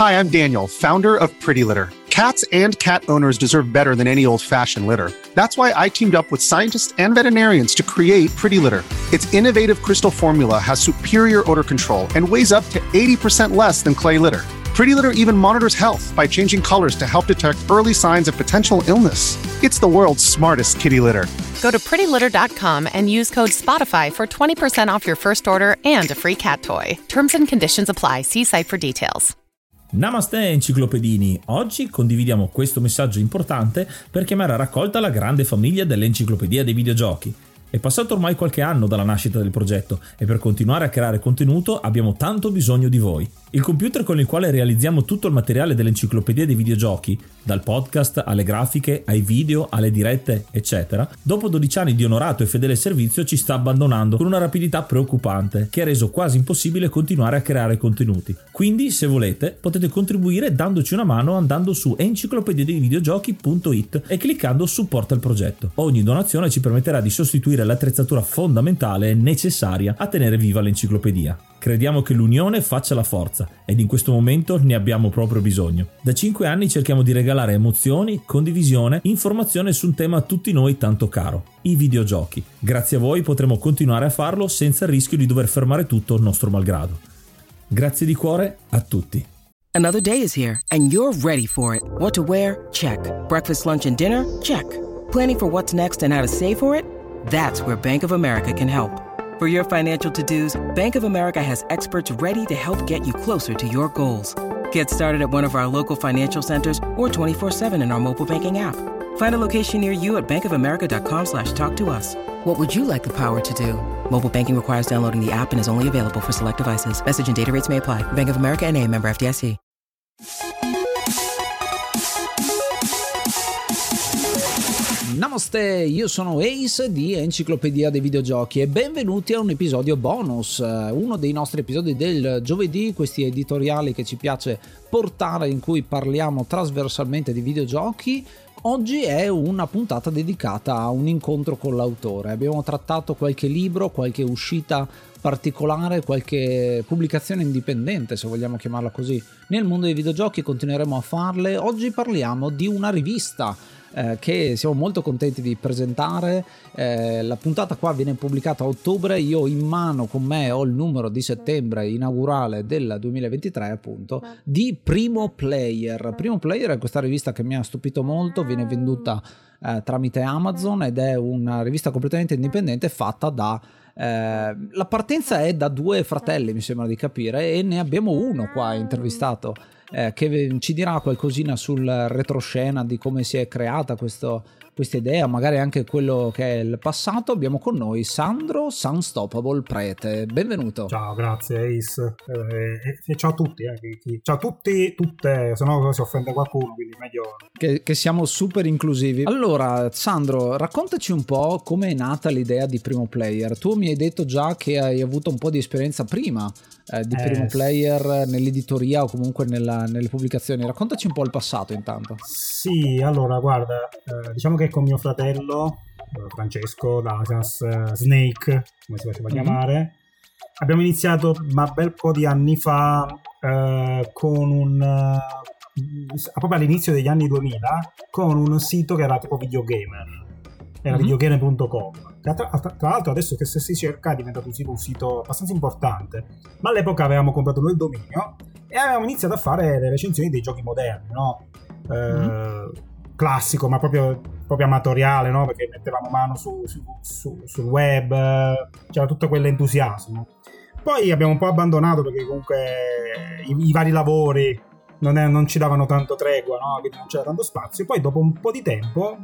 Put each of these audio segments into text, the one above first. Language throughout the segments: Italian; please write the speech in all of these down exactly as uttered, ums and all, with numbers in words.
Hi, I'm Daniel, founder of Pretty Litter. Cats and cat owners deserve better than any old-fashioned litter. That's why I teamed up with scientists and veterinarians to create Pretty Litter. Its innovative crystal formula has superior odor control and weighs up to eighty percent less than clay litter. Pretty Litter even monitors health by changing colors to help detect early signs of potential illness. It's the world's smartest kitty litter. Go to pretty litter dot com and use code SPOTIFY for twenty percent off your first order and a free cat toy. Terms and conditions apply. See site for details. Namaste enciclopedini, oggi condividiamo questo messaggio importante per chiamare a raccolta la grande famiglia dell'Enciclopedia dei Videogiochi. È passato ormai qualche anno dalla nascita del progetto e per continuare a creare contenuto abbiamo tanto bisogno di voi. Il computer con il quale realizziamo tutto il materiale dell'Enciclopedia dei Videogiochi, dal podcast alle grafiche, ai video, alle dirette, eccetera, dopo dodici anni di onorato e fedele servizio ci sta abbandonando con una rapidità preoccupante che ha reso quasi impossibile continuare a creare contenuti. Quindi, se volete, potete contribuire dandoci una mano andando su enciclopedia dei videogiochi punto it e cliccando supporta il progetto. Ogni donazione ci permetterà di sostituire l'attrezzatura fondamentale e necessaria a tenere viva l'enciclopedia. Crediamo che l'unione faccia la forza ed in questo momento ne abbiamo proprio bisogno. Da cinque anni cerchiamo di regalare emozioni, condivisione, informazione su un tema a tutti noi tanto caro, i videogiochi. Grazie a voi potremo continuare a farlo senza il rischio di dover fermare tutto nostro malgrado. Grazie di cuore a tutti. Another day is here and you're ready for it. What to wear? Check. Breakfast, lunch and dinner? Check. Planning for what's next and how to save for it? That's where Bank of America can help. For your financial to-dos, Bank of America has experts ready to help get you closer to your goals. Get started at one of our local financial centers or twenty-four seven in our mobile banking app. Find a location near you at bankofamerica.com slash talk to us. What would you like the power to do? Mobile banking requires downloading the app and is only available for select devices. Message and data rates may apply. Bank of America N A, member F D I C. Namaste, io sono Ace di Enciclopedia dei Videogiochi e benvenuti a un episodio bonus, uno dei nostri episodi del giovedì, questi editoriali che ci piace portare in cui parliamo trasversalmente di videogiochi. Oggi è una puntata dedicata a un incontro con l'autore. Abbiamo trattato qualche libro, qualche uscita particolare, qualche pubblicazione indipendente, se vogliamo chiamarla così, nel mondo dei videogiochi. Continueremo a farle. Oggi parliamo di una rivista Eh, che siamo molto contenti di presentare. Eh, la puntata qua viene pubblicata a ottobre. Io in mano con me ho il numero di settembre inaugurale del duemilaventitré, appunto, di Primo Player. Primo Player è questa rivista che mi ha stupito molto, viene venduta eh, tramite Amazon ed è una rivista completamente indipendente fatta da Eh, la partenza è da due fratelli, mi sembra di capire, e ne abbiamo uno qua intervistato eh, che ci dirà qualcosina sul retroscena di come si è creata questo, questa idea, magari anche quello che è il passato. Abbiamo con noi Sandro Sunstoppable Prete, benvenuto. Ciao, grazie Ace, eh, e ciao a tutti, eh. ciao a tutti, tutte, se no si offende qualcuno, quindi meglio che, che siamo super inclusivi. Allora Sandro, raccontaci un po' come è nata l'idea di Primo Player. Tu mi hai detto già che hai avuto un po' di esperienza prima eh, di Primo eh, Player nell'editoria o comunque nella, nelle pubblicazioni. Raccontaci un po' il passato intanto. Sì, allora guarda, eh, diciamo che con mio fratello eh, Francesco da uh, Snake, come si faceva mm-hmm. chiamare, abbiamo iniziato ma bel po' di anni fa eh, con un uh, proprio all'inizio degli anni duemila con un sito che era tipo Videogamer. Era mm-hmm. videogamer punto com. Tra, tra, tra l'altro adesso che se si cerca è diventato un sito, un sito abbastanza importante, ma all'epoca avevamo comprato noi il dominio e avevamo iniziato a fare le recensioni dei giochi moderni, no? Eh, mm-hmm. Classico, ma proprio, proprio amatoriale, no? Perché mettevamo mano su, su, su, sul web, c'era tutto quell'entusiasmo. Poi abbiamo un po' abbandonato perché comunque i, i vari lavori non, è, non ci davano tanto tregua, no? Quindi non c'era tanto spazio. Poi dopo un po' di tempo,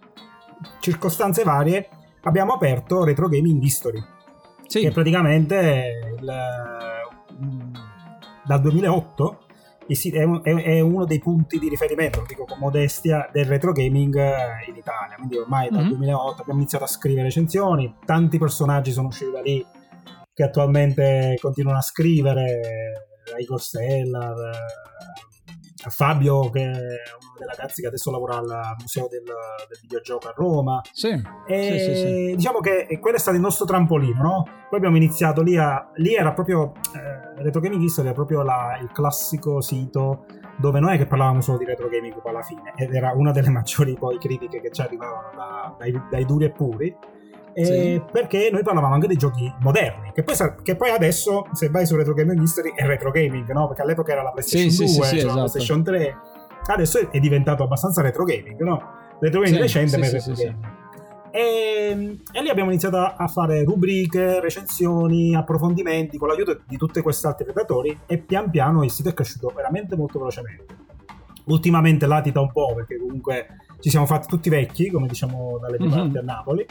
circostanze varie, abbiamo aperto Retro Gaming History, sì. che praticamente il, dal duemilaotto è, un, è uno dei punti di riferimento, lo dico con modestia, del retro gaming in Italia. Quindi ormai dal mm-hmm. duemilaotto abbiamo iniziato a scrivere recensioni, tanti personaggi sono usciti da lì che attualmente continuano a scrivere, Igor Stellar, Fabio, che è uno dei ragazzi che adesso lavora al Museo del, del Videogioco a Roma. Sì, e sì, sì, sì. Diciamo che quello è stato il nostro trampolino, no? Poi abbiamo iniziato lì a... Lì era proprio... Eh, Retro Gaming History era proprio la, il classico sito dove non è che parlavamo solo di retro gaming poi alla fine, ed era una delle maggiori poi critiche che ci arrivavano da, dai, dai duri e puri. E sì. Perché noi parlavamo anche dei giochi moderni, che poi, che poi adesso se vai su Retro Gaming History è retro gaming, no? Perché all'epoca era la PlayStation sì, due, sì, sì, cioè sì, la esatto. PlayStation tre, adesso è diventato abbastanza retro gaming, no? Retro gaming sì, recente sì, per sì, retro sì, gaming. Sì. E, e lì abbiamo iniziato a fare rubriche, recensioni, approfondimenti con l'aiuto di tutti questi altri predatori, e pian piano il sito è cresciuto veramente molto velocemente. Ultimamente latita un po' perché comunque ci siamo fatti tutti vecchi, come diciamo dalle mie parti, mm-hmm. a Napoli.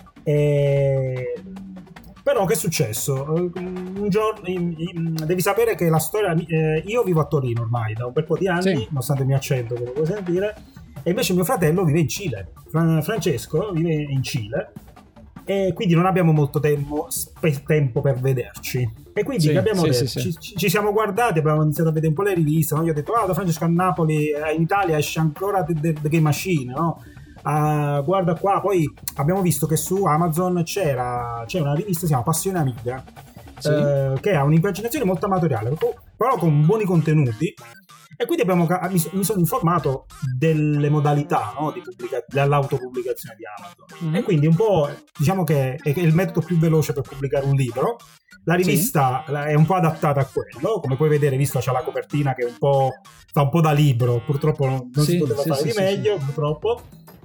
E... però che è successo? Un giorno devi sapere che la storia, eh, io vivo a Torino ormai da un bel po' di anni, sì. nonostante il mio accento, come puoi sentire, e invece mio fratello vive in Cile. Francesco vive in Cile e quindi non abbiamo molto tempo, spe- tempo per vederci, e quindi sì, che abbiamo sì, detto, sì, ci, sì. ci siamo guardati, abbiamo iniziato a vedere un po' le riviste, no? Io ho detto guarda Francesco, a Napoli, in Italia esce ancora The, The, The Game Machine, no? Uh, guarda qua, poi abbiamo visto che su Amazon c'era c'è una rivista che si chiama Passione Amiga, sì. uh, che ha un'impaginazione molto amatoriale però con buoni contenuti, e quindi abbiamo, mi, mi sono informato delle modalità, no, di pubblica, dell'autopubblicazione di Amazon, mm-hmm. e quindi un po' diciamo che è il metodo più veloce per pubblicare un libro. La rivista sì. è un po' adattata a quello, come puoi vedere, visto c'è la copertina che è un po' fa un po' da libro, purtroppo non, non sì, si poteva sì, fare sì, di sì, meglio sì. purtroppo.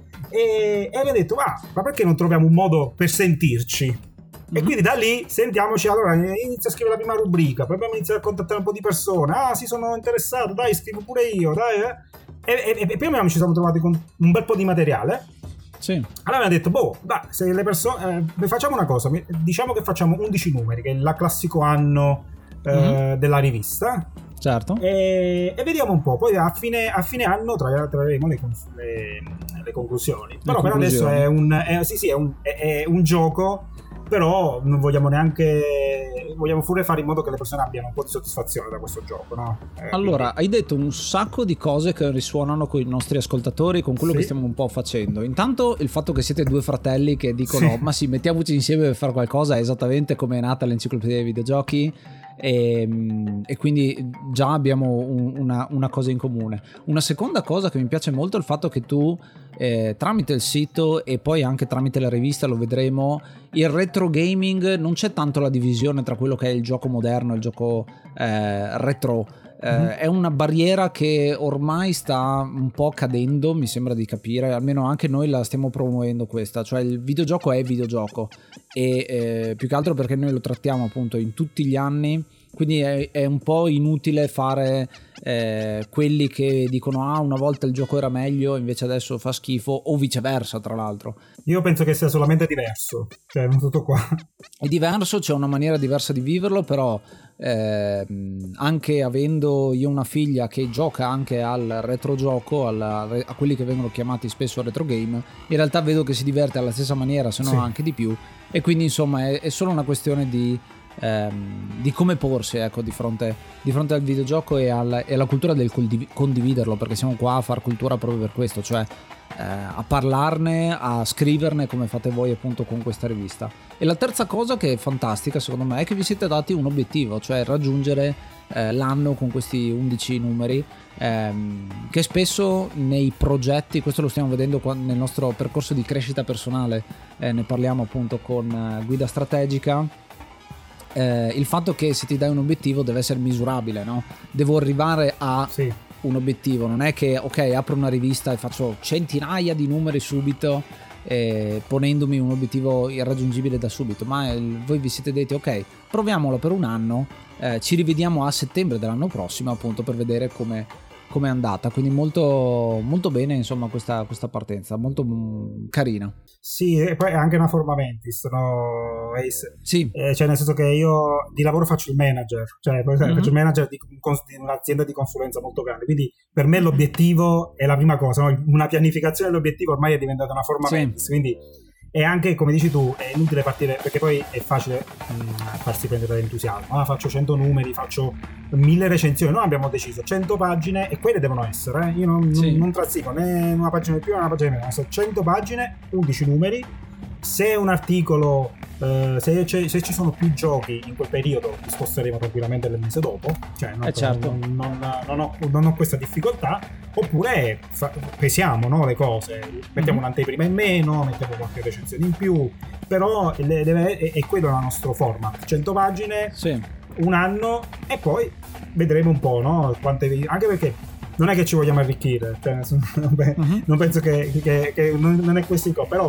E, e abbiamo detto ma, ma perché non troviamo un modo per sentirci, mm-hmm. e quindi da lì sentiamoci. Allora inizia a scrivere la prima rubrica, poi abbiamo iniziato a contattare un po' di persone, ah si sono interessato, dai scrivo pure io, dai eh. e, e, e più o meno ci siamo trovati con un bel po' di materiale, sì. Allora abbiamo detto boh, dai, se le persone eh, facciamo una cosa, diciamo che facciamo undici numeri, che è il classico anno eh, mm-hmm. della rivista. Certo. E, e vediamo un po'. Poi a fine, a fine anno tra, trarremo le, le, le conclusioni. Le però conclusioni. Per adesso è un, è, sì, sì, è, un, è, è un gioco. Però non vogliamo neanche. Vogliamo pure fare in modo che le persone abbiano un po' di soddisfazione da questo gioco, no? Eh, allora, quindi... hai detto un sacco di cose che risuonano con i nostri ascoltatori, con quello sì. che stiamo un po' facendo. Intanto il fatto che siete due fratelli che dicono sì. ma sì, mettiamoci insieme per fare qualcosa, è esattamente come è nata l'enciclopedia dei videogiochi. E, e quindi già abbiamo un, una, una cosa in comune. Una seconda cosa che mi piace molto è il fatto che tu eh, tramite il sito e poi anche tramite la rivista, lo vedremo, il retro gaming non c'è tanto la divisione tra quello che è il gioco moderno e il gioco eh, retro. Eh, mm-hmm. È una barriera che ormai sta un po' cadendo, mi sembra di capire, almeno anche noi la stiamo promuovendo questa, cioè il videogioco è videogioco, e eh, più che altro perché noi lo trattiamo appunto in tutti gli anni, quindi è, è un po' inutile fare eh, quelli che dicono ah una volta il gioco era meglio invece adesso fa schifo, o viceversa. Tra l'altro io penso che sia solamente diverso, cioè non tutto qua, è diverso, c'è una maniera diversa di viverlo, però eh, anche avendo io una figlia che gioca anche al retrogioco, alla, a quelli che vengono chiamati spesso retro game, in realtà vedo che si diverte alla stessa maniera, se non sì. anche di più, e quindi insomma è, è solo una questione di Ehm, di come porsi, ecco, di fronte, di fronte al videogioco e, al, e alla cultura del condividerlo, perché siamo qua a far cultura proprio per questo, cioè eh, a parlarne, a scriverne come fate voi appunto con questa rivista. E la terza cosa che è fantastica secondo me è che vi siete dati un obiettivo, cioè raggiungere eh, l'anno con questi undici numeri, ehm, che spesso nei progetti, questo lo stiamo vedendo nel nostro percorso di crescita personale, eh, ne parliamo appunto con eh, Guida Strategica. Eh, il fatto che se ti dai un obiettivo deve essere misurabile, no? Devo arrivare a sì. un obiettivo, non è che ok apro una rivista e faccio centinaia di numeri subito eh, ponendomi un obiettivo irraggiungibile da subito, ma eh, voi vi siete detti ok proviamolo per un anno, eh, ci rivediamo a settembre dell'anno prossimo appunto per vedere come come è andata, quindi molto molto bene insomma questa, questa partenza, molto m- carina. Sì, e poi è anche una forma mentis, no? Ace. Sì. Eh, cioè nel senso che io di lavoro faccio il manager, cioè mm-hmm. faccio il manager di, di un'azienda di consulenza molto grande, quindi per me l'obiettivo è la prima cosa, no? Una pianificazione dell'obiettivo ormai è diventata una forma sì. mentis, quindi E anche, come dici tu, è inutile partire, perché poi è facile mh, farsi prendere dall'entusiasmo. Ah, faccio cento numeri, faccio mille recensioni. Noi abbiamo deciso cento pagine e quelle devono essere. Eh? Io non, sì. non, non trassico né una pagina di più né una pagina di meno. Sono cento pagine, undici numeri. Se un articolo, eh, se, se ci sono più giochi in quel periodo, li sposteremo tranquillamente il mese dopo. Cioè, non, eh certo. non, non, non, ho, non ho questa difficoltà. Oppure fa, pesiamo, no, le cose, mettiamo mm-hmm. un'anteprima in meno, mettiamo qualche recensione in più. Però le, deve, è, è quello il nostro format: cento pagine, sì. un anno, e poi vedremo un po', no? Quante, anche perché non è che ci vogliamo arricchire, cioè, mm-hmm. non penso che, che, che non è questo il co, però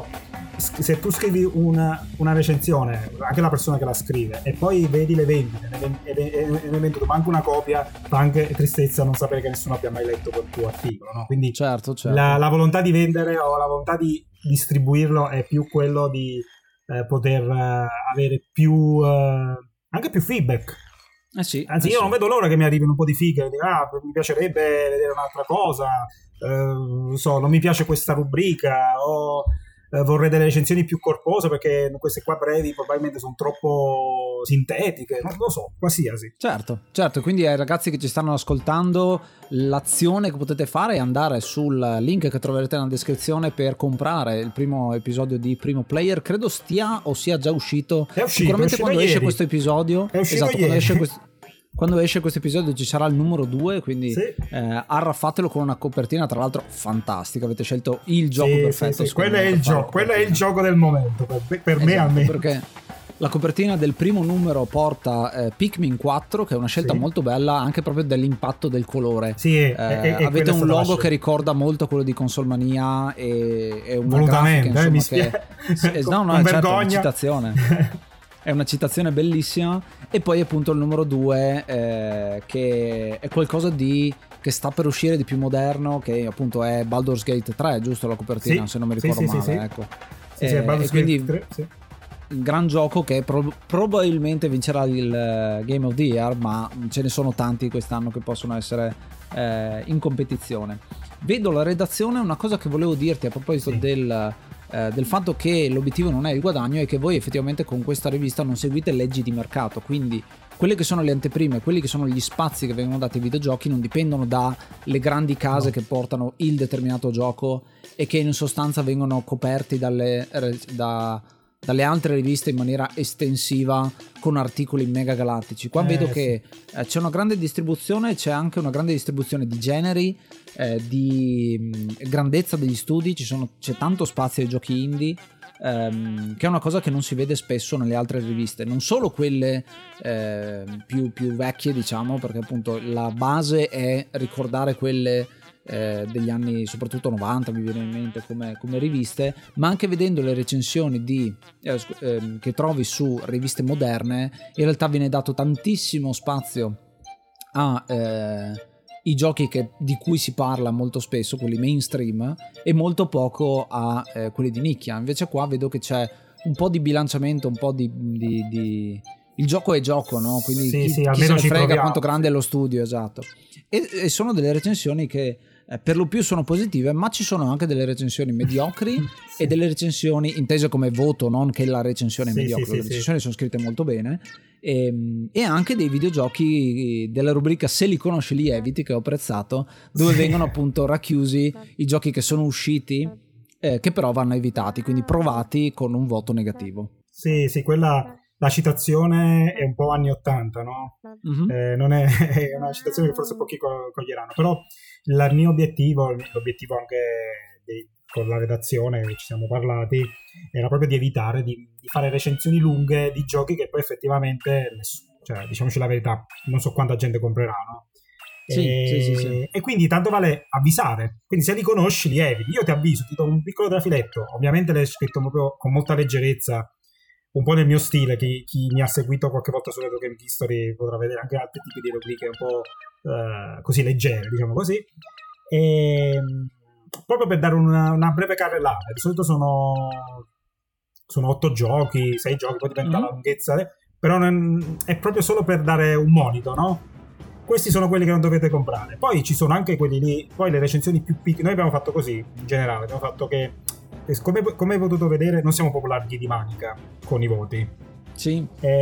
se tu scrivi una, una recensione, anche la persona che la scrive, e poi vedi le vendite e ne vendono manco una copia, fa anche tristezza non sapere che nessuno abbia mai letto quel tuo articolo, no? Quindi certo, certo. La, la volontà di vendere o la volontà di distribuirlo è più quello di eh, poter eh, avere più eh, anche più feedback. Eh sì, Anzi, eh io sì. non vedo l'ora che mi arrivino un po' di feedback, dico, ah, mi piacerebbe vedere un'altra cosa, eh, non so, non mi piace questa rubrica, o eh, vorrei delle recensioni più corpose perché queste qua brevi probabilmente sono troppo sintetiche, non lo so, qualsiasi. Certo, certo, quindi ai ragazzi che ci stanno ascoltando, l'azione che potete fare è andare sul link che troverete nella descrizione per comprare il primo episodio di Primo Player. Credo stia o sia già uscito, è uscito sicuramente è uscito quando ieri. esce questo episodio, è uscito esatto, ieri. quando esce questo Quando esce questo episodio ci sarà il numero due, quindi sì. eh, arraffatelo con una copertina tra l'altro fantastica. Avete scelto il gioco sì, perfetto. sì, sì. Quello è il gioco, quello è il gioco del momento per, per esatto, me almeno. Perché la copertina del primo numero porta eh, Pikmin quattro, che è una scelta sì. molto bella anche proprio dell'impatto del colore. Sì, eh, è, è, avete un logo che scelta. ricorda molto quello di Consolmania e, e una volutamente grafica, eh, mi insomma, spiace. che, no, no, con è certo, vergogna. una citazione. È una citazione bellissima. E poi appunto il numero due eh, che è qualcosa di che sta per uscire di più moderno, che appunto è Baldur's Gate tre, giusto la copertina, sì, se non mi ricordo sì, male, sì, sì. ecco. Sì, eh, sì, Baldur's e quindi Gate tre, sì. un gran gioco che pro- probabilmente vincerà il uh, Game of the Year, ma ce ne sono tanti quest'anno che possono essere eh, in competizione. Vedo la redazione, una cosa che volevo dirti a proposito sì. del Eh, del fatto che l'obiettivo non è il guadagno, è che voi effettivamente con questa rivista non seguite leggi di mercato, quindi quelle che sono le anteprime, quelli che sono gli spazi che vengono dati ai videogiochi non dipendono dalle grandi case no. che portano il determinato gioco e che in sostanza vengono coperti dalle, da, dalle altre riviste in maniera estensiva con articoli mega galattici. Qua eh, vedo sì. che eh, c'è una grande distribuzione, c'è anche una grande distribuzione di generi, eh, di mh, grandezza degli studi, ci sono, c'è tanto spazio ai giochi indie, ehm, che è una cosa che non si vede spesso nelle altre riviste, non solo quelle eh, più, più vecchie, diciamo, perché appunto la base è ricordare quelle Eh, degli anni soprattutto novanta, mi viene in mente come, come riviste, ma anche vedendo le recensioni di, eh, eh, che trovi su riviste moderne, in realtà viene dato tantissimo spazio a eh, i giochi che, di cui si parla molto spesso, quelli mainstream, e molto poco a eh, quelli di nicchia. Invece qua vedo che c'è un po' di bilanciamento, un po' di, di, di... il gioco è gioco, no? Quindi sì, chi, sì, chi almeno se ne ci frega proviamo. quanto grande è lo studio, esatto. E, e sono delle recensioni che eh, per lo più sono positive, ma ci sono anche delle recensioni mediocri sì. e delle recensioni intese come voto, non che la recensione è sì, mediocre, sì, le sì, recensioni sì. sono scritte molto bene, e, e anche dei videogiochi della rubrica Se li conosci li eviti, che ho apprezzato, dove sì. vengono appunto racchiusi i giochi che sono usciti eh, che però vanno evitati, quindi provati con un voto negativo. Sì, sì, quella... La citazione è un po' anni ottanta, no? Mm-hmm. Eh, non è, è una citazione che forse pochi coglieranno, però il mio obiettivo, l'obiettivo anche di, con la redazione che ci siamo parlati, era proprio di evitare di, di fare recensioni lunghe di giochi che poi effettivamente, cioè, diciamoci la verità, non so quanta gente comprerà, no? Sì, e, sì, sì, sì. e quindi tanto vale avvisare, quindi se li conosci li eviti, io ti avviso, ti do un piccolo trafiletto, ovviamente l'hai scritto proprio con molta leggerezza, un po' nel mio stile. Chi, chi mi ha seguito qualche volta su Retro Game History potrà vedere anche altri tipi di rubriche un po' uh, così leggere, diciamo così, e proprio per dare una, una breve carrellata. Di solito sono sono otto giochi, sei giochi, poi dipende mm-hmm. dalla lunghezza, però non, è proprio solo per dare un monito, no? Questi sono quelli che non dovete comprare. Poi ci sono anche quelli lì, poi le recensioni più piccole. Noi abbiamo fatto così in generale, abbiamo fatto che come, come hai potuto vedere, non siamo proprio larghi di manica con i voti. Sì.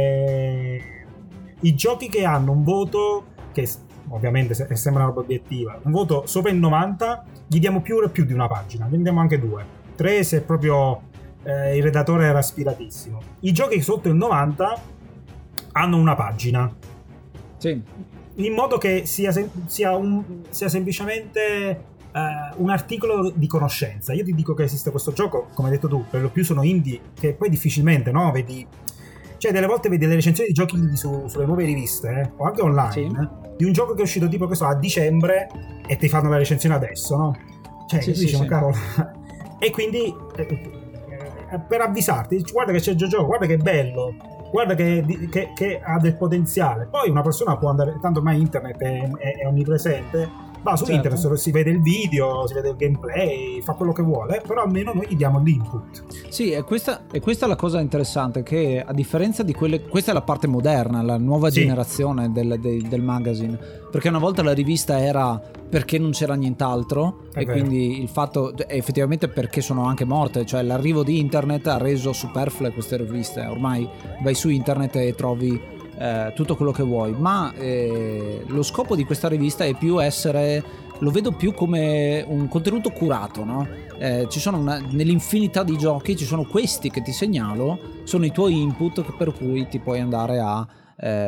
E i giochi che hanno un voto che ovviamente sembra una roba obiettiva, un voto sopra il novanta, gli diamo più e più di una pagina, ne diamo anche due, tre se proprio eh, il redattore era aspiratissimo. I giochi sotto il novanta hanno una pagina, sì, in modo che sia, sia, un, sia semplicemente Uh, un articolo di conoscenza. Io ti dico che esiste questo gioco, come hai detto tu, per lo più sono indie, che poi difficilmente, no, vedi, cioè delle volte vedi le recensioni di giochi indie su, sulle nuove riviste, eh, o anche online, sì, eh, di un gioco che è uscito tipo che so a dicembre e ti fanno la recensione adesso, no? Cioè sì, dici, sì, ma cavolo. E quindi eh, eh, per avvisarti, guarda che c'è il gioco, guarda che è bello, guarda che, che, che ha del potenziale. Poi una persona può andare, tanto ormai internet è, è, è onnipresente, va su, certo, internet, si vede il video, si vede il gameplay, fa quello che vuole, però almeno noi gli diamo l'input. Sì, e questa, e questa è la cosa interessante, che a differenza di quelle, questa è la parte moderna, la nuova sì. generazione del, del, del magazine, perché una volta la rivista era perché non c'era nient'altro, è e vero. Quindi il fatto, effettivamente perché sono anche morte, cioè l'arrivo di internet ha reso superflue queste riviste, ormai vai su internet e trovi Eh, tutto quello che vuoi, ma eh, lo scopo di questa rivista è più essere, lo vedo più come un contenuto curato, no? Eh, ci sono una, nell'infinità di giochi ci sono questi che ti segnalo, sono i tuoi input per cui ti puoi andare a eh,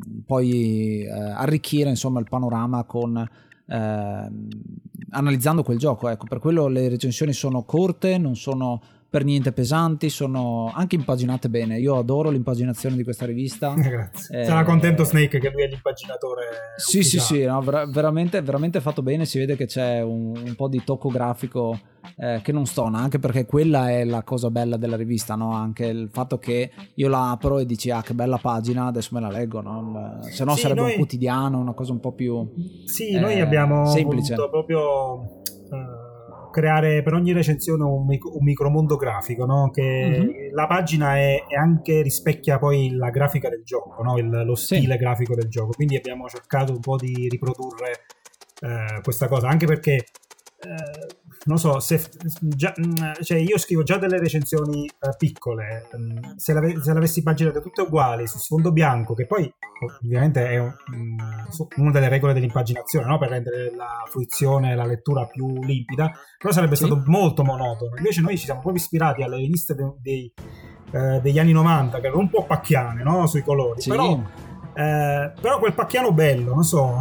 poi eh, arricchire insomma il panorama con eh, analizzando quel gioco, ecco, per quello le recensioni sono corte, non sono per niente pesanti, sono anche impaginate bene. Io adoro l'impaginazione di questa rivista. Grazie. Eh, Sarà contento Snake che lui è l'impaginatore. Sì, ufficiale. sì, sì, no, ver- veramente, veramente fatto bene. Si vede che c'è un, un po' di tocco grafico eh, che non stona, anche perché quella è la cosa bella della rivista, no? Anche il fatto che io la apro e dici ah che bella pagina, adesso me la leggo, no? Se no sì, sarebbe noi... un quotidiano, una cosa un po' più sì, eh, noi abbiamo semplice. voluto proprio uh, creare per ogni recensione un, micro, un micromondo grafico, no? Che mm-hmm. la pagina è, è anche rispecchia poi la grafica del gioco, no? Il, lo stile sì. grafico del gioco, quindi abbiamo cercato un po' di riprodurre eh, questa cosa, anche perché eh, non so se già, cioè io scrivo già delle recensioni eh, piccole, se, l'ave, se l'avessi paginate tutte uguali su sfondo bianco, che poi ovviamente è un, una delle regole dell'impaginazione, no? Per rendere la fruizione e la lettura più limpida, però sarebbe sì. stato molto monotono. Invece noi ci siamo proprio ispirati alle riviste dei, dei, eh, degli anni novanta, che erano un po' pacchiane, no? Sui colori, sì. però, eh, però quel pacchiano bello, non so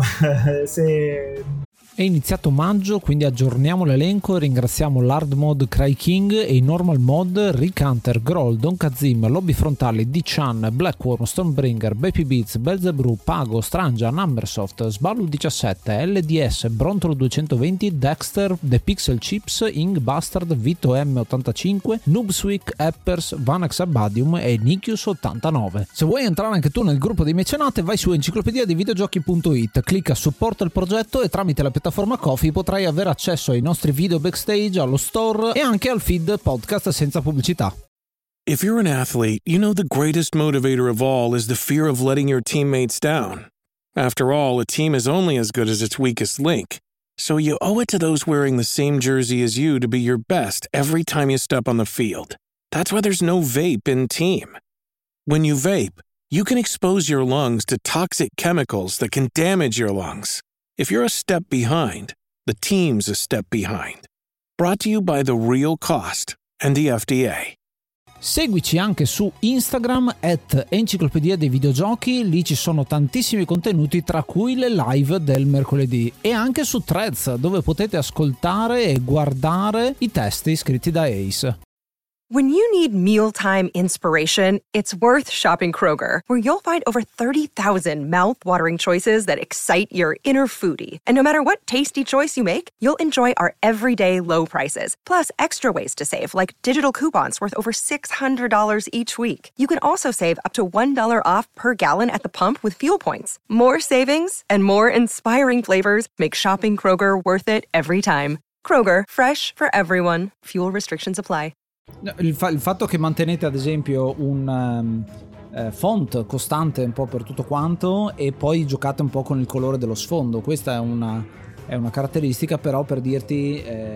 se... È iniziato maggio, quindi aggiorniamo l'elenco e ringraziamo l'hard mod Cry King e i normal mod Rick Hunter, Groll, Don Kazim, Lobby Frontali, D-Chan, Blackworm, Stonebringer, Baby Beats, Belzebrew, Pago, Strangia, Numbersoft, Sballu diciassette, L D S, Brontolo duecentoventi, Dexter, The Pixel Chips, Ing Bastard, Vito M ottantacinque, Noobswick, Eppers, Vanax Abadium e Nikius ottantanove. Se vuoi entrare anche tu nel gruppo dei mecenate, vai su enciclopedia dei videogiochi punto it, clicca supporta il progetto e tramite la piattaforma Ko-fi potrai avere accesso ai nostri video backstage, allo store e anche al feed podcast senza pubblicità. If you're an athlete, you know the greatest motivator of all is the fear of letting your teammates down. After all, a team is only as good as its weakest link. So you owe it to those wearing the same jersey as you to be your best every time you step on the field. That's why there's no vape in team. When you vape, you can expose your lungs to toxic chemicals that can damage your lungs. If you're a step behind, the team's a step behind. Brought to you by The Real Cost and the F D A. Seguici anche su Instagram at Enciclopedia dei Videogiochi, lì ci sono tantissimi contenuti tra cui le live del mercoledì, e anche su Threads dove potete ascoltare e guardare i testi scritti da Ace. When you need mealtime inspiration, it's worth shopping Kroger, where you'll find over thirty thousand mouth-watering choices that excite your inner foodie. And no matter what tasty choice you make, you'll enjoy our everyday low prices, plus extra ways to save, like digital coupons worth over six hundred dollars each week. You can also save up to one dollar off per gallon at the pump with fuel points. More savings and more inspiring flavors make shopping Kroger worth it every time. Kroger, fresh for everyone. Fuel restrictions apply. Il, fa- il fatto che mantenete ad esempio un um, eh, font costante un po' per tutto quanto e poi giocate un po' con il colore dello sfondo, questa è una, è una caratteristica, però per dirti eh,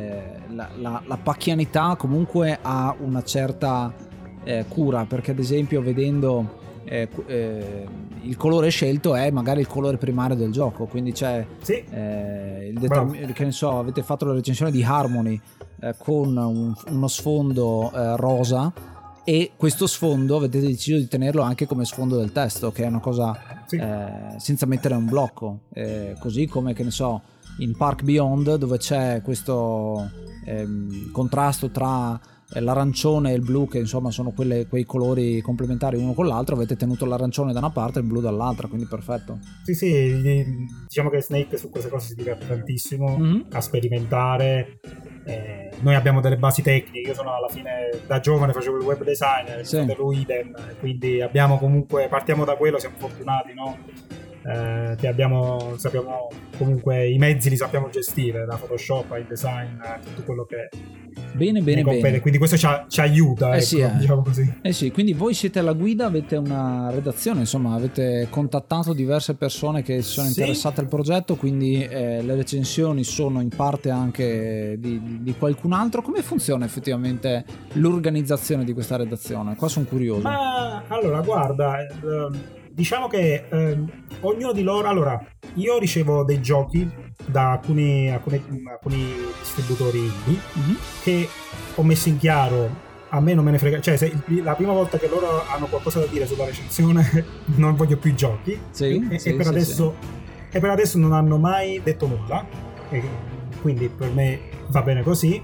la, la, la pacchianità comunque ha una certa eh, cura, perché ad esempio vedendo eh, eh, il colore scelto è magari il colore primario del gioco, quindi c'è sì. eh, il determin- che ne so, avete fatto la recensione di Harmony eh, con un, uno sfondo eh, rosa, e questo sfondo avete deciso di tenerlo anche come sfondo del testo, che è una cosa sì. eh, senza mettere un blocco, eh, così come, che ne so, in Park Beyond, dove c'è questo ehm, contrasto tra l'arancione e il blu, che insomma sono quelle, quei colori complementari uno con l'altro, avete tenuto l'arancione da una parte e il blu dall'altra, quindi perfetto. Sì sì, diciamo che Snake su queste cose si diverte tantissimo mm-hmm. a sperimentare. Eh, noi abbiamo delle basi tecniche, io sono alla fine da giovane facevo il web designer, sì. dello idem, quindi abbiamo comunque, partiamo da quello, siamo fortunati, no? Eh, che abbiamo, sappiamo comunque i mezzi li sappiamo gestire, da Photoshop al design, tutto quello che bene bene bene, quindi questo ci, ci aiuta, eh ecco, sì, eh. diciamo così. Eh sì, quindi voi siete alla guida, avete una redazione, insomma avete contattato diverse persone che si sono sì. interessate al progetto, quindi eh, le recensioni sono in parte anche di, di, di qualcun altro. Come funziona effettivamente l'organizzazione di questa redazione? Qua sono curioso. Ma allora guarda, eh, diciamo che eh, ognuno di loro, allora io ricevo dei giochi da alcuni, alcuni, alcuni distributori indie mm-hmm. che ho messo in chiaro, a me non me ne frega, cioè se la prima volta che loro hanno qualcosa da dire sulla recensione non voglio più i giochi sì, e, sì, e, per sì, adesso, sì. e per adesso non hanno mai detto nulla, e quindi per me va bene così,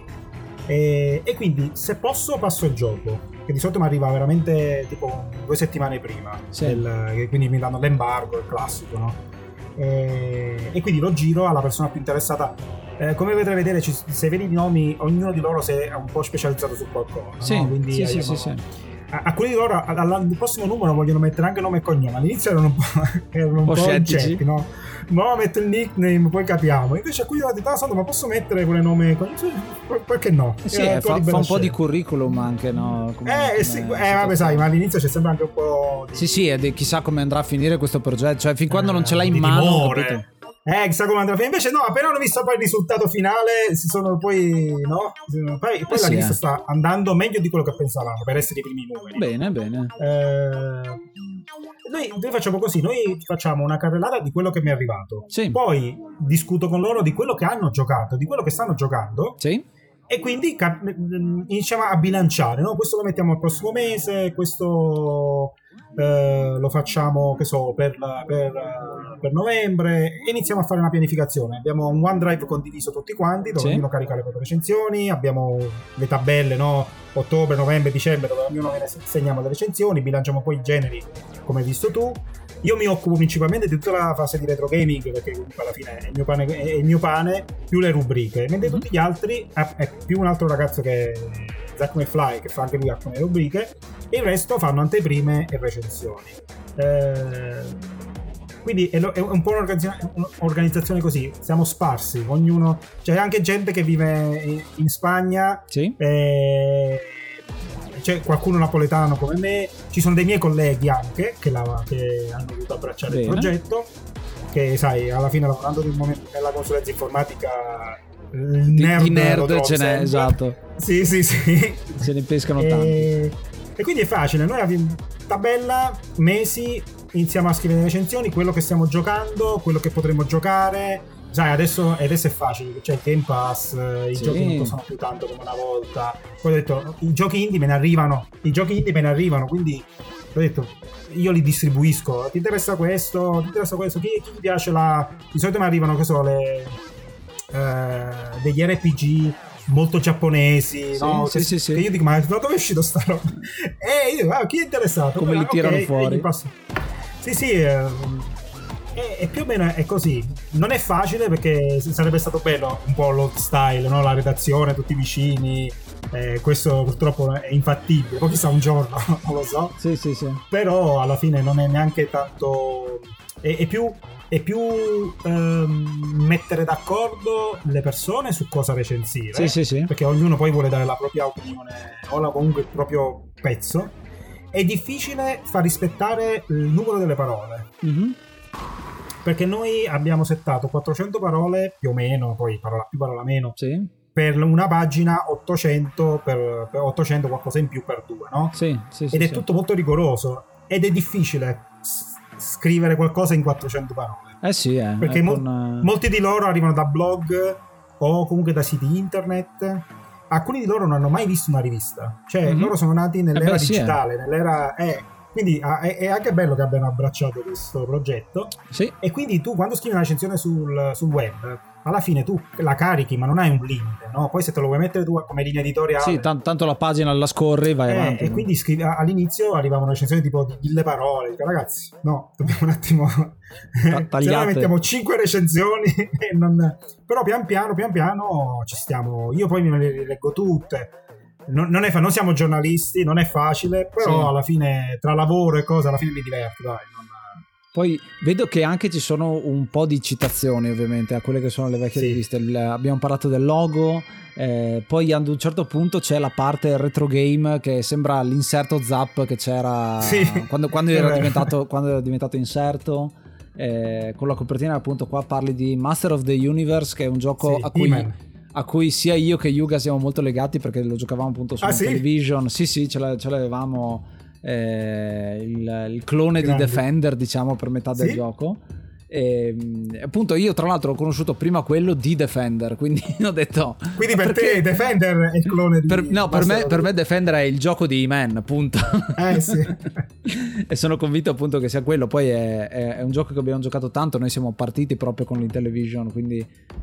e, e quindi se posso passo il gioco, che di solito mi arriva veramente tipo due settimane prima sì. del, che quindi mi danno l'embargo, il classico, no? E, e quindi lo giro alla persona più interessata. Eh, come potete vedere, ci, se vedi i nomi, ognuno di loro si è un po' specializzato su qualcosa, sì, no? Quindi sì, sì, sì, sì. A, a quelli di loro al prossimo numero vogliono mettere anche nome e cognome. All'inizio erano un po', erano un po' incerti, no? No, metto il nickname, poi capiamo. Invece a quelli di là ma posso mettere quelle nome e cognome? Perché no? Sì, eh, fa, fa un po' di curriculum anche, no? Come, eh come sì, eh vabbè sai, ma all'inizio c'è sempre anche un po' di... Sì sì, e chissà come andrà a finire questo progetto, cioè fin quando eh, non ce l'hai in mano, capito? Eh, chissà come andrà. Invece no, appena hanno visto poi il risultato finale, si sono poi, no? Poi, poi eh la sì, rivista eh. sta andando meglio di quello che pensavamo, per essere i primi numeri. Bene, bene. Eh, noi, noi facciamo così, noi facciamo una carrellata di quello che mi è arrivato. Sì. Poi discuto con loro di quello che hanno giocato, di quello che stanno giocando. Sì. E quindi cap- iniziamo a bilanciare, no? Questo lo mettiamo al prossimo mese, questo... Uh, lo facciamo, che so, per, per, uh, per novembre, e iniziamo a fare una pianificazione. Abbiamo un OneDrive condiviso tutti quanti dove sì. ognuno carica le proprie recensioni, abbiamo le tabelle, no? Ottobre, novembre, dicembre, dove ognuno ne segniamo le recensioni, bilanciamo poi i generi come hai visto tu. Io mi occupo principalmente di tutta la fase di retro gaming, perché comunque alla fine è il mio pane, è il mio pane più le rubriche, mentre mm-hmm. tutti gli altri è più un altro ragazzo che Zach McFly, che fa anche lui alcune rubriche, e il resto fanno anteprime e recensioni. Eh, quindi è, è un po' un'organizzazione, un'organizzazione così, siamo sparsi, ognuno, c'è anche gente che vive in Spagna, sì. eh, c'è qualcuno napoletano come me, ci sono dei miei colleghi anche che, la, che hanno dovuto abbracciare Bene. il progetto, che sai, alla fine lavorando nel momento, nella consulenza informatica il nerd, di nerd ce n'è, esatto. Sì, sì, sì. Se ne pescano e, tanti. E quindi è facile, noi abbiamo tabella, mesi, iniziamo a scrivere le recensioni, quello che stiamo giocando, quello che potremo giocare. Sai, adesso, adesso è facile, c'è il Game Pass, i sì. giochi non costano più tanto come una volta. Poi ho detto, i giochi indie me ne arrivano, i giochi indie me ne arrivano, quindi ho detto, io li distribuisco. Ti interessa questo? Ti interessa questo? Chi, chi ti piace la... Di solito mi arrivano, che so, le... Eh, degli R P G molto giapponesi, sì, no? Sì, che, sì, sì. che io dico, ma dove è uscito sta roba? E io, ah, chi è interessato? Come ah, li tirano okay, fuori? Sì, sì, eh, e, e più o meno è così. Non è facile, perché sarebbe stato bello un po' lo style, no? La redazione, tutti vicini. Eh, questo purtroppo è infattibile. Poi chissà un giorno, non lo so. Sì, sì, sì. Però alla fine non è neanche tanto. È, è più. È più ehm, mettere d'accordo le persone su cosa recensire, sì, sì, sì. perché ognuno poi vuole dare la propria opinione o la, comunque il proprio pezzo. È difficile far rispettare il numero delle parole, mm-hmm. perché noi abbiamo settato quattrocento parole più o meno, poi parola più parola meno, sì. per una pagina ottocento per, per ottocento qualcosa in più per due, no? Sì, sì, sì, ed è sì. tutto molto rigoroso ed è difficile s- scrivere qualcosa in quattrocento parole. Eh sì, eh, perché eh, mo- con, molti di loro arrivano da blog o comunque da siti internet. Alcuni di loro non hanno mai visto una rivista, cioè mm-hmm. loro sono nati nell'era eh beh, digitale, sì, eh. nell'era eh, quindi ah, è, è anche bello che abbiano abbracciato questo progetto. Sì. E quindi tu quando scrivi una recensione sul, sul web, alla fine tu la carichi, ma non hai un link, no? Poi se te lo vuoi mettere tu come linea editoriale, sì, t- tanto la pagina la scorri, vai eh, avanti. E quindi scrivi, all'inizio arrivavano recensioni tipo di mille parole, dico, ragazzi, no, dobbiamo un attimo Ta- se no mettiamo cinque recensioni e non... però pian piano pian piano ci stiamo, io poi me le leggo tutte. Non, non, è fa- non siamo giornalisti, non è facile, però sì. alla fine tra lavoro e cose alla fine mi diverto, dai, non... Poi vedo che anche ci sono un po' di citazioni ovviamente a quelle che sono le vecchie sì. riviste. Il, abbiamo parlato del logo, eh, poi ad un certo punto c'è la parte retro game che sembra l'inserto Zap che c'era sì. quando, quando, era diventato, quando era diventato inserto, eh, con la copertina appunto qua parli di Master of the Universe, che è un gioco sì, a cui... He-Man. a cui sia io che Yuga siamo molto legati perché lo giocavamo appunto su ah, sì? Television. Sì sì, ce, la, ce l'avevamo, eh, il, il clone Grande. di Defender, diciamo, per metà del sì? gioco. E, appunto io tra l'altro ho conosciuto prima quello di Defender, quindi ho detto quindi per perché... te Defender è il clone di per, no per me, of... per me Defender è il gioco di He-Man, appunto. Eh sì. E sono convinto appunto che sia quello. Poi è, è, è un gioco che abbiamo giocato tanto, noi siamo partiti proprio con l'Intellivision, quindi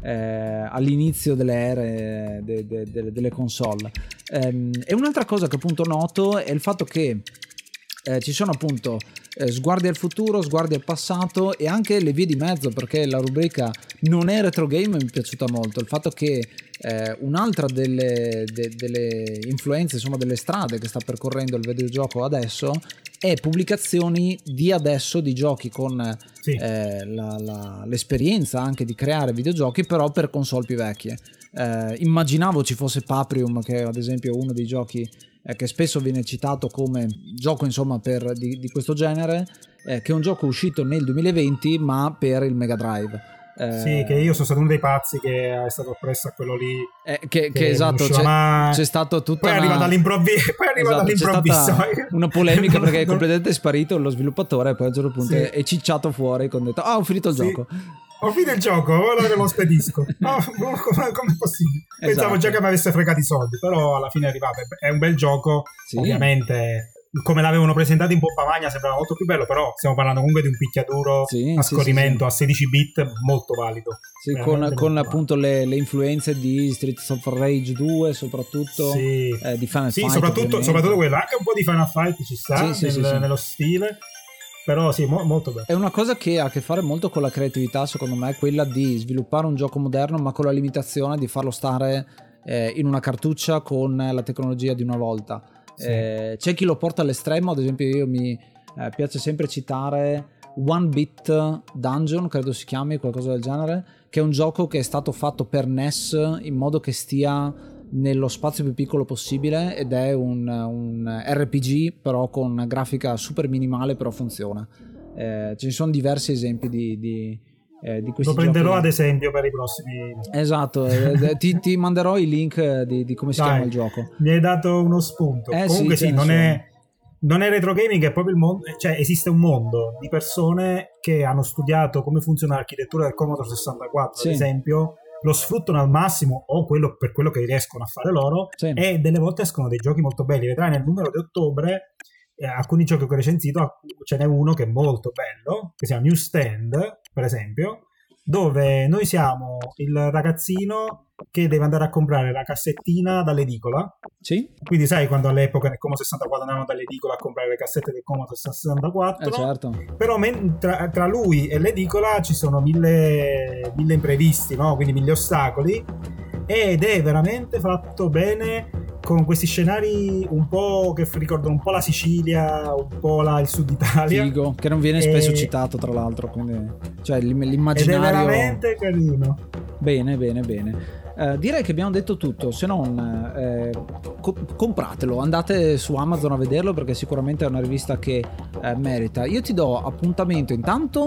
eh, all'inizio delle ere de, de, de, delle console. ehm, e un'altra cosa che appunto noto è il fatto che eh, ci sono appunto eh, sguardi al futuro, sguardi al passato e anche le vie di mezzo, perché la rubrica non è retro game mi è piaciuta molto. Il fatto che eh, un'altra delle, de, delle influenze, insomma delle strade che sta percorrendo il videogioco adesso è pubblicazioni di adesso di giochi con sì. eh, la, la, l'esperienza anche di creare videogiochi però per console più vecchie. Eh, immaginavo ci fosse Paprium, che ad esempio è uno dei giochi eh, che spesso viene citato come gioco insomma per, di, di questo genere, eh, che è un gioco uscito nel duemilaventi ma per il Mega Drive. Eh, sì, che io sono stato uno dei pazzi che è stato oppresso a quello lì. Eh, che, che, che esatto, c'è, mai... c'è stato tutta poi una... arriva dall'improvviso, poi arriva esatto, dall'improvviso. C'è stata una polemica perché è completamente sparito lo sviluppatore e poi a un certo punto sì. è, è cicciato fuori con detto ah ho finito il sì. gioco. Ho finito il gioco, ora te lo spedisco. No, come, come è possibile? Esatto. Pensavo già che mi avesse fregato i soldi, però alla fine è arrivato. È un bel gioco, sì. Ovviamente. Come l'avevano presentato in pompa magna sembrava molto più bello, però stiamo parlando comunque di un picchiaduro sì, a scorrimento sì, sì, a sedici bit molto valido. Sì, con, con appunto le, le influenze di Streets of Rage due soprattutto, sì. eh, di Final sì, Fight. Soprattutto, soprattutto quello, anche un po' di Final Fight ci sta sì, nel, sì, sì, nello stile. Però sì, mo- molto bello. È una cosa che ha a che fare molto con la creatività, secondo me, quella di sviluppare un gioco moderno ma con la limitazione di farlo stare eh, in una cartuccia con la tecnologia di una volta. Sì. Eh, c'è chi lo porta all'estremo, ad esempio io mi eh, piace sempre citare One Bit Dungeon, credo si chiami, qualcosa del genere, che è un gioco che è stato fatto per N E S in modo che stia nello spazio più piccolo possibile ed è un, un R P G però con grafica super minimale, però funziona. Eh, ce ne sono diversi esempi di, di Eh, di questi lo prenderò giochi. Ad esempio per i prossimi. Esatto, eh, ti, ti manderò i link di, di come si Dai, chiama il gioco. Mi hai dato uno spunto. Eh, Comunque sì, sì, non è, non è retro gaming, è proprio il mondo, cioè esiste un mondo di persone che hanno studiato come funziona l'architettura del Commodore sessantaquattro, sì. ad esempio, lo sfruttano al massimo o quello per quello che riescono a fare loro, sì. e delle volte escono dei giochi molto belli. Vedrai nel numero di ottobre eh, alcuni giochi che ho recensito, ce n'è uno che è molto bello, che si chiama New Stand, per esempio, dove noi siamo il ragazzino che deve andare a comprare la cassettina dall'edicola. Sì. Quindi sai quando all'epoca nel Commodore sessantaquattro andavamo dall'edicola a comprare le cassette del Commodore sessantaquattro. Eh, certo. Però men- tra, tra lui e l'edicola ci sono mille, mille imprevisti, no? Quindi mille ostacoli, ed è veramente fatto bene, con questi scenari un po' che ricordano un po' la Sicilia, un po' la, il sud Italia. Figo, che non viene spesso e... citato tra l'altro, quindi cioè l'immaginario. Ed è veramente carino. Bene, bene, bene. Uh, direi che abbiamo detto tutto, se non eh, co- compratelo, andate su Amazon a vederlo perché sicuramente è una rivista che eh, merita. Io ti do appuntamento intanto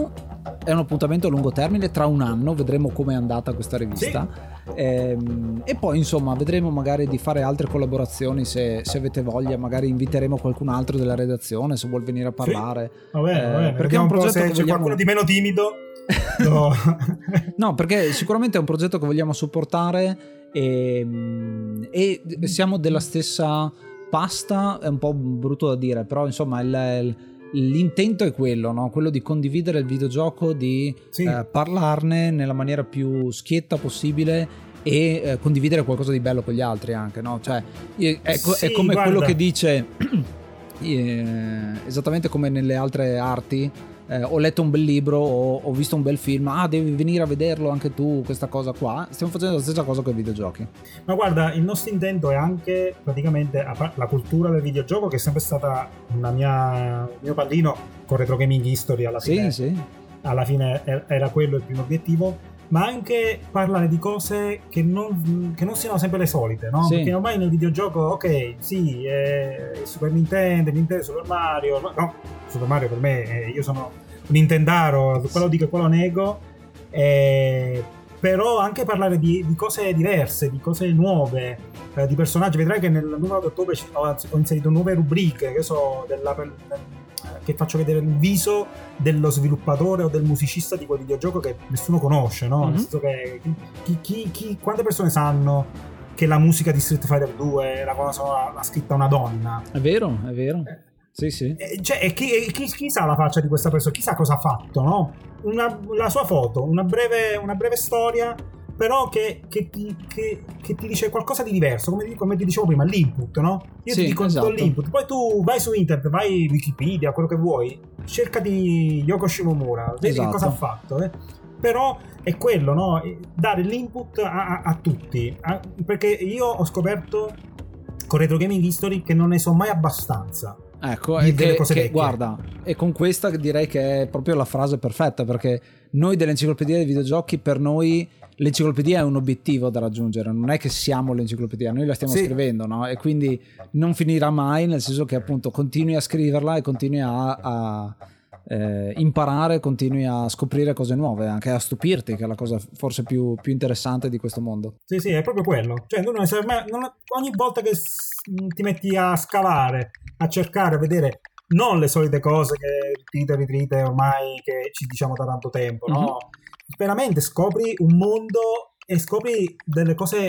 è un appuntamento a lungo termine, tra un anno vedremo come è andata questa rivista, sì. e, e poi insomma vedremo magari di fare altre collaborazioni se, se avete voglia, magari inviteremo qualcun altro della redazione se vuol venire a parlare, sì. va bene, eh, va bene. Perché è un progetto se che c'è vogliamo... qualcuno di meno timido no. no, perché sicuramente è un progetto che vogliamo supportare e, e siamo della stessa pasta, è un po' brutto da dire, però insomma il, il l'intento è quello, no? Quello di condividere il videogioco, di sì. eh, parlarne nella maniera più schietta possibile e eh, condividere qualcosa di bello con gli altri anche, no? Cioè è, è, sì, è come guarda. quello che dice eh, esattamente come nelle altre arti, eh, ho letto un bel libro, ho, ho visto un bel film, ah devi venire a vederlo anche tu, questa cosa qua. Stiamo facendo la stessa cosa con i videogiochi. Ma guarda, il nostro intento è anche praticamente la cultura del videogioco, che è sempre stata una mia, un mio pallino con Retro Gaming History alla fine, sì, sì. alla fine era quello il primo obiettivo, ma anche parlare di cose che non, che non siano sempre le solite, no? Sì. Perché ormai nel videogioco, ok, sì, eh, Super Nintendo, Nintendo, Super Mario, no, Super Mario per me, eh, io sono un Nintendaro, quello dico e quello nego, eh, però anche parlare di, di cose diverse, di cose nuove, eh, di personaggi. Vedrai che nel numero di ottobre ho, ho inserito nuove rubriche, che so, della, che faccio vedere il viso dello sviluppatore o del musicista di quel videogioco che nessuno conosce, no? Mm-hmm. Nel senso che chi, chi, chi, quante persone sanno che la musica di Street Fighter due la cosa l'ha scritta una donna? È vero, è vero. Eh. Sì, sì. Eh, cioè, e chi, e chi, chi sa la faccia di questa persona? Chissà cosa ha fatto, no? Una, la sua foto, una breve, una breve storia, però che, che, ti, che, che ti dice qualcosa di diverso, come, come ti dicevo prima, l'input, no? Io sì, ti dico esatto. l'input, poi tu vai su internet, vai Wikipedia, quello che vuoi, cercati Yoko Shimomura, vedi esatto. cosa ha fatto, eh? Però è quello, no? Dare l'input a, a, a tutti, a, perché io ho scoperto con Retro Gaming History che non ne so mai abbastanza. Ecco, e che, che, guarda, e con questa direi che è proprio la frase perfetta, perché noi dell'enciclopedia dei videogiochi, per noi l'enciclopedia è un obiettivo da raggiungere, non è che siamo l'enciclopedia, noi la stiamo sì. scrivendo, no? E quindi non finirà mai, nel senso che appunto continui a scriverla e continui a, a eh, imparare, continui a scoprire cose nuove, anche a stupirti, che è la cosa forse più, più interessante di questo mondo. Sì, sì, è proprio quello. Cioè, tu non serve, non, ogni volta che ti metti a scavare, a cercare, a vedere non le solite cose che trite e ritrite ormai che ci diciamo da tanto tempo, no? Mm-hmm. Veramente scopri un mondo e scopri delle cose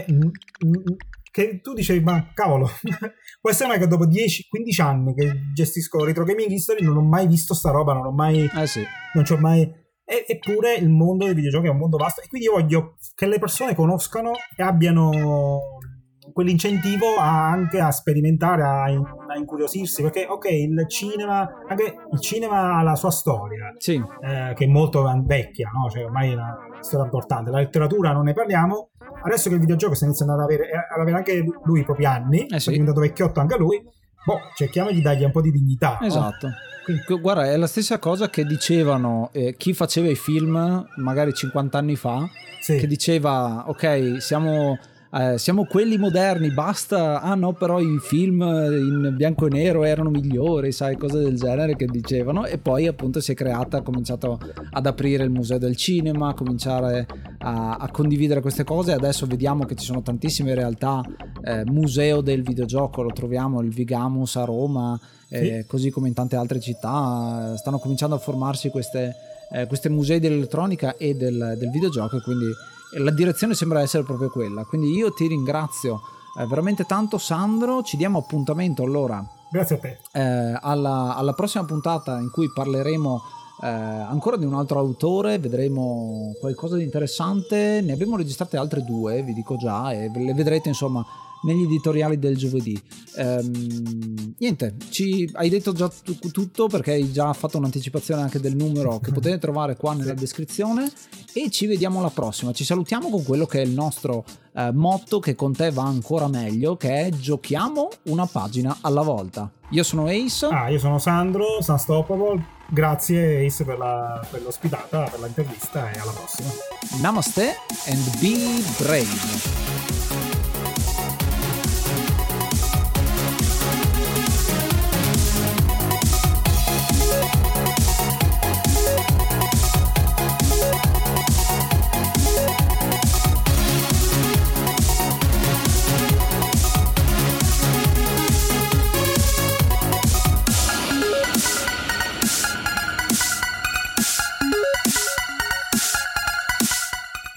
che tu dicevi, ma cavolo, può essere mai che dopo dieci quindici anni che gestisco Retro Gaming History non ho mai visto sta roba, non ho mai eh sì. non c'ho mai e, eppure il mondo dei videogiochi è un mondo vasto, e quindi io voglio che le persone conoscano e abbiano quell'incentivo a, anche a sperimentare, a, a incuriosirsi, perché ok, il cinema, anche il cinema ha la sua storia, sì. eh, che è molto vecchia, no? Cioè ormai è una storia importante. La letteratura non ne parliamo, adesso che il videogioco sta iniziando ad avere, ad avere anche lui i propri anni, eh sì. è diventato vecchiotto anche lui, boh, cerchiamo di dargli un po' di dignità. Esatto. No? Quindi, guarda, è la stessa cosa che dicevano eh, chi faceva i film magari cinquanta anni fa, sì. che diceva ok, siamo... Eh, siamo quelli moderni, basta. Ah no, però i film in bianco e nero erano migliori, sai, cose del genere che dicevano. E poi appunto si è creata, ha cominciato ad aprire il museo del cinema, a cominciare a, a condividere queste cose. Adesso vediamo che ci sono tantissime realtà, eh, museo del videogioco, lo troviamo il Vigamus a Roma, eh, sì. così come in tante altre città stanno cominciando a formarsi queste, eh, questi musei dell'elettronica e del, del videogioco, e quindi la direzione sembra essere proprio quella. Quindi io ti ringrazio eh, veramente tanto, Sandro. Ci diamo appuntamento allora, grazie a te, eh, alla, alla prossima puntata in cui parleremo eh, ancora di un altro autore, vedremo qualcosa di interessante. Ne abbiamo registrate altre due, vi dico già, e le vedrete insomma negli editoriali del giovedì. Ehm, niente, ci hai detto già t- tutto, perché hai già fatto un'anticipazione anche del numero che potete trovare qua nella descrizione, e ci vediamo alla prossima. Ci salutiamo con quello che è il nostro eh, motto, che con te va ancora meglio, che è giochiamo una pagina alla volta. Io sono Ace. Ah, io sono Sandro, Sunstoppable. Grazie Ace per, la, per l'ospitata, per l'intervista, e alla prossima. Namaste and be brave.